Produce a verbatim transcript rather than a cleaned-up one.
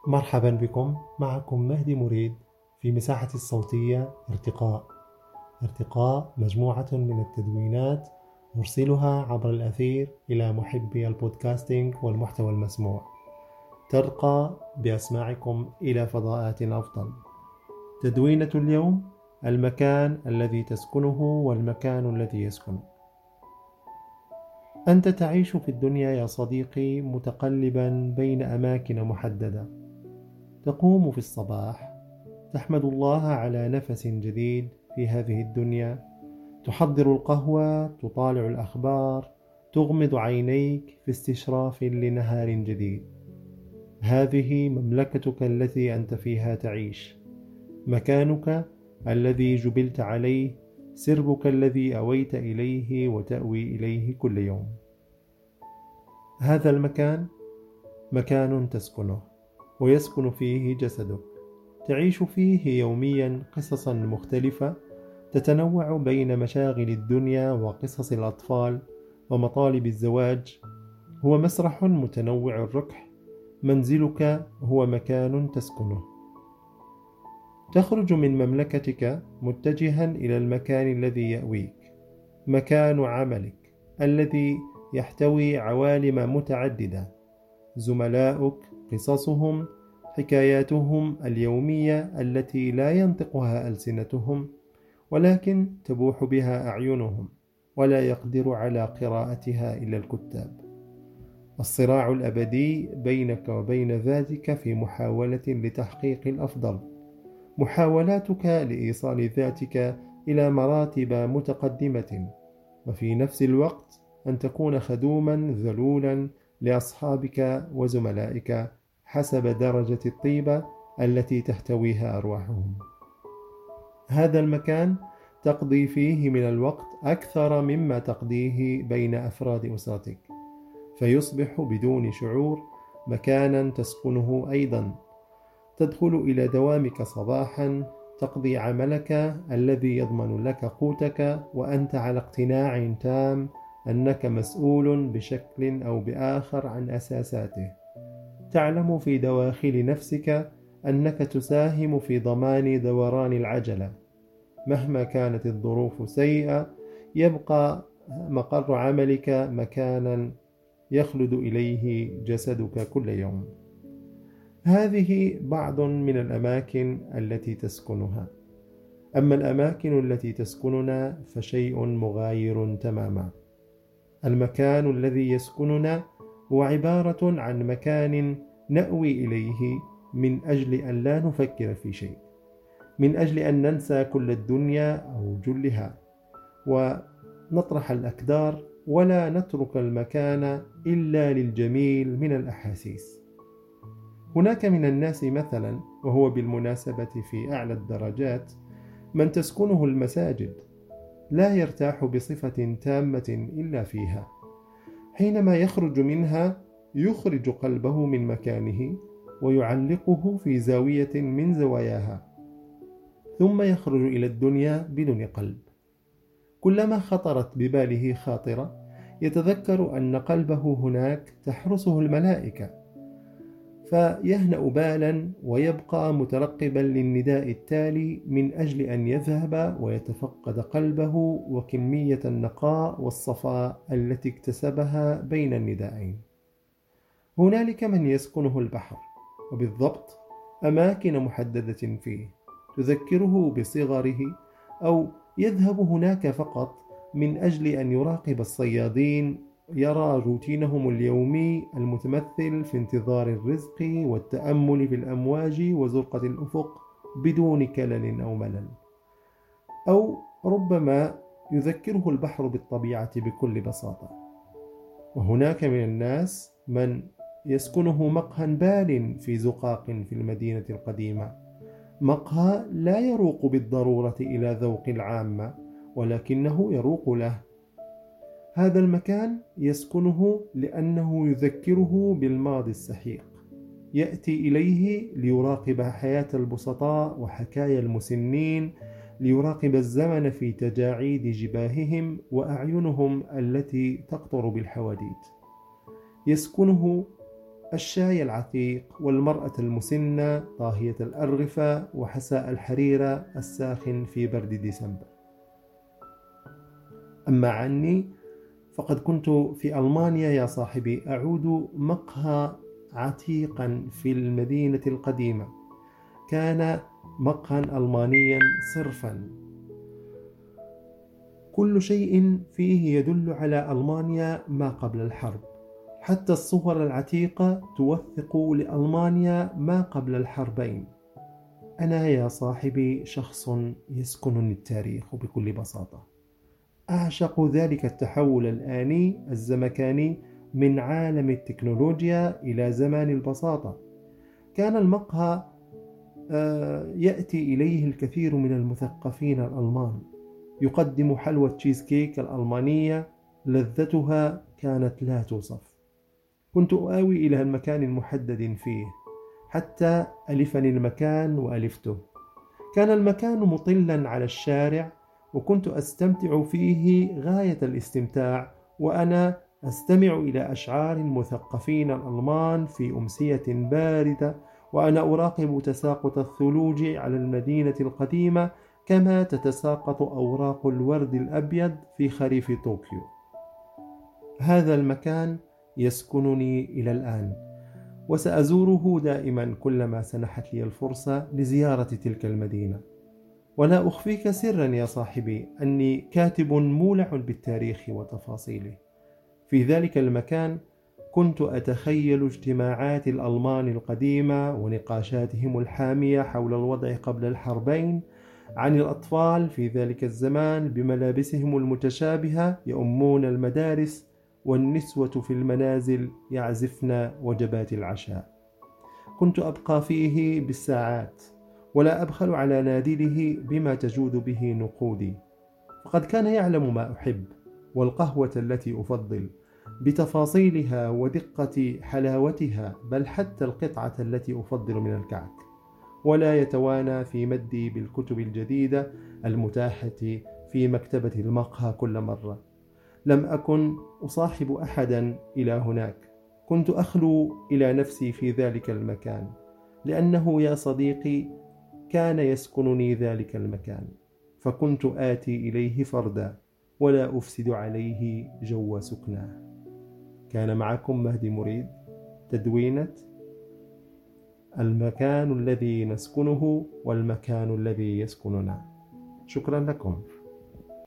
مرحبا بكم. معكم مهدي مريد في مساحة الصوتية ارتقاء. ارتقاء مجموعة من التدوينات نرسلها عبر الأثير إلى محبي البودكاستينج والمحتوى المسموع، ترقى بأسماعكم إلى فضاءات أفضل. تدوينة اليوم: المكان الذي تسكنه والمكان الذي يسكنك. أنت تعيش في الدنيا يا صديقي متقلبا بين أماكن محددة. تقوم في الصباح، تحمد الله على نفس جديد في هذه الدنيا، تحضر القهوة، تطالع الأخبار، تغمض عينيك في استشراف لنهار جديد. هذه مملكتك التي أنت فيها تعيش، مكانك الذي جبلت عليه، سربك الذي أويت إليه وتأوي إليه كل يوم. هذا المكان مكان تسكنه ويسكن فيه جسدك. تعيش فيه يوميا قصصا مختلفة تتنوع بين مشاغل الدنيا وقصص الأطفال ومطالب الزواج. هو مسرح متنوع الركح. منزلك هو مكان تسكنه. تخرج من مملكتك متجها إلى المكان الذي يأويك، مكان عملك الذي يحتوي عوالم متعددة، زملاؤك، قصصهم، حكاياتهم اليومية التي لا ينطقها ألسنتهم ولكن تبوح بها أعينهم، ولا يقدر على قراءتها إلا الكتاب. الصراع الأبدي بينك وبين ذاتك في محاولة لتحقيق الأفضل، محاولاتك لإيصال ذاتك إلى مراتب متقدمة، وفي نفس الوقت أن تكون خدوما ذلولا لأصحابك وزملائك حسب درجة الطيبة التي تحتويها أرواحهم. هذا المكان تقضي فيه من الوقت أكثر مما تقضيه بين أفراد أسرتك، فيصبح بدون شعور مكانا تسكنه أيضا. تدخل إلى دوامك صباحا، تقضي عملك الذي يضمن لك قوتك، وأنت على اقتناع تام أنك مسؤول بشكل أو بآخر عن أساساته. تعلم في دواخل نفسك أنك تساهم في ضمان دوران العجلة. مهما كانت الظروف سيئة، يبقى مقر عملك مكانا يخلد إليه جسدك كل يوم. هذه بعض من الأماكن التي تسكنها. أما الأماكن التي تسكننا فشيء مغاير تماما. المكان الذي يسكننا هو عبارة عن مكان نأوي إليه من أجل أن لا نفكر في شيء، من أجل أن ننسى كل الدنيا أو جلها ونطرح الأكدار، ولا نترك المكان إلا للجميل من الأحاسيس. هناك من الناس مثلا، وهو بالمناسبة في أعلى الدرجات، من تسكنه المساجد، لا يرتاح بصفة تامة إلا فيها. حينما يخرج منها يخرج قلبه من مكانه ويعلقه في زاوية من زواياها، ثم يخرج إلى الدنيا بدون قلب. كلما خطرت بباله خاطرة يتذكر أن قلبه هناك تحرسه الملائكة، فيهنأ بالا ويبقى مترقبا للنداء التالي من أجل أن يذهب ويتفقد قلبه وكمية النقاء والصفاء التي اكتسبها بين النداءين. هنالك من يسكنه البحر، وبالضبط أماكن محددة فيه تذكره بصغره، أو يذهب هناك فقط من أجل أن يراقب الصيادين، يرى روتينهم اليومي المتمثل في انتظار الرزق والتأمل في الأمواج وزرقة الأفق بدون كلل أو ملل. أو ربما يذكره البحر بالطبيعة بكل بساطة. وهناك من الناس من يسكنه مقهى بال في زقاق في المدينة القديمة، مقهى لا يروق بالضرورة إلى ذوق العامة، ولكنه يروق له. هذا المكان يسكنه لأنه يذكره بالماضي السحيق، يأتي إليه ليراقب حياة البسطاء وحكايا المسنين، ليراقب الزمن في تجاعيد جباههم وأعينهم التي تقطر بالحواديت. يسكنه الشاي العتيق والمرأة المسنة طاهية الأرغفة وحساء الحريرة الساخن في برد ديسمبر. أما عني فقد كنت في ألمانيا يا صاحبي أعود مقهى عتيقا في المدينة القديمة، كان مقهى ألمانيا صرفا، كل شيء فيه يدل على ألمانيا ما قبل الحرب، حتى الصور العتيقة توثق لألمانيا ما قبل الحربين. أنا يا صاحبي شخص يسكنني التاريخ بكل بساطة، أعشق ذلك التحول الآني الزمكاني من عالم التكنولوجيا إلى زمان البساطة. كان المقهى يأتي إليه الكثير من المثقفين الألمان، يقدم حلوى تشيز كيك الألمانية، لذتها كانت لا توصف. كنت آوي إلى المكان المحدد فيه حتى ألفني المكان وألفته. كان المكان مطلا على الشارع، وكنت أستمتع فيه غاية الاستمتاع وأنا أستمع إلى أشعار المثقفين الألمان في أمسية باردة، وأنا أراقب تساقط الثلوج على المدينة القديمة كما تتساقط أوراق الورد الأبيض في خريف طوكيو. هذا المكان يسكنني إلى الآن، وسأزوره دائما كلما سنحت لي الفرصة لزيارة تلك المدينة. ولا أخفيك سرا يا صاحبي أني كاتب مولع بالتاريخ وتفاصيله. في ذلك المكان كنت أتخيل اجتماعات الألمان القديمة ونقاشاتهم الحامية حول الوضع قبل الحربين، عن الأطفال في ذلك الزمان بملابسهم المتشابهة يؤمون المدارس، والنسوة في المنازل يعزفن وجبات العشاء. كنت أبقى فيه بالساعات ولا أبخل على نادله بما تجود به نقودي، فقد كان يعلم ما أحب والقهوة التي أفضل بتفاصيلها ودقة حلاوتها، بل حتى القطعة التي أفضل من الكعك، ولا يتوانى في مدي بالكتب الجديدة المتاحة في مكتبة المقهى كل مرة. لم أكن أصاحب أحدا إلى هناك، كنت أخلو إلى نفسي في ذلك المكان، لأنه يا صديقي كان يسكنني ذلك المكان، فكنت آتي إليه فردا ولا أفسد عليه جو سكناه. كان معكم مهدي مريد، تدوينة المكان الذي نسكنه والمكان الذي يسكننا. شكرا لكم.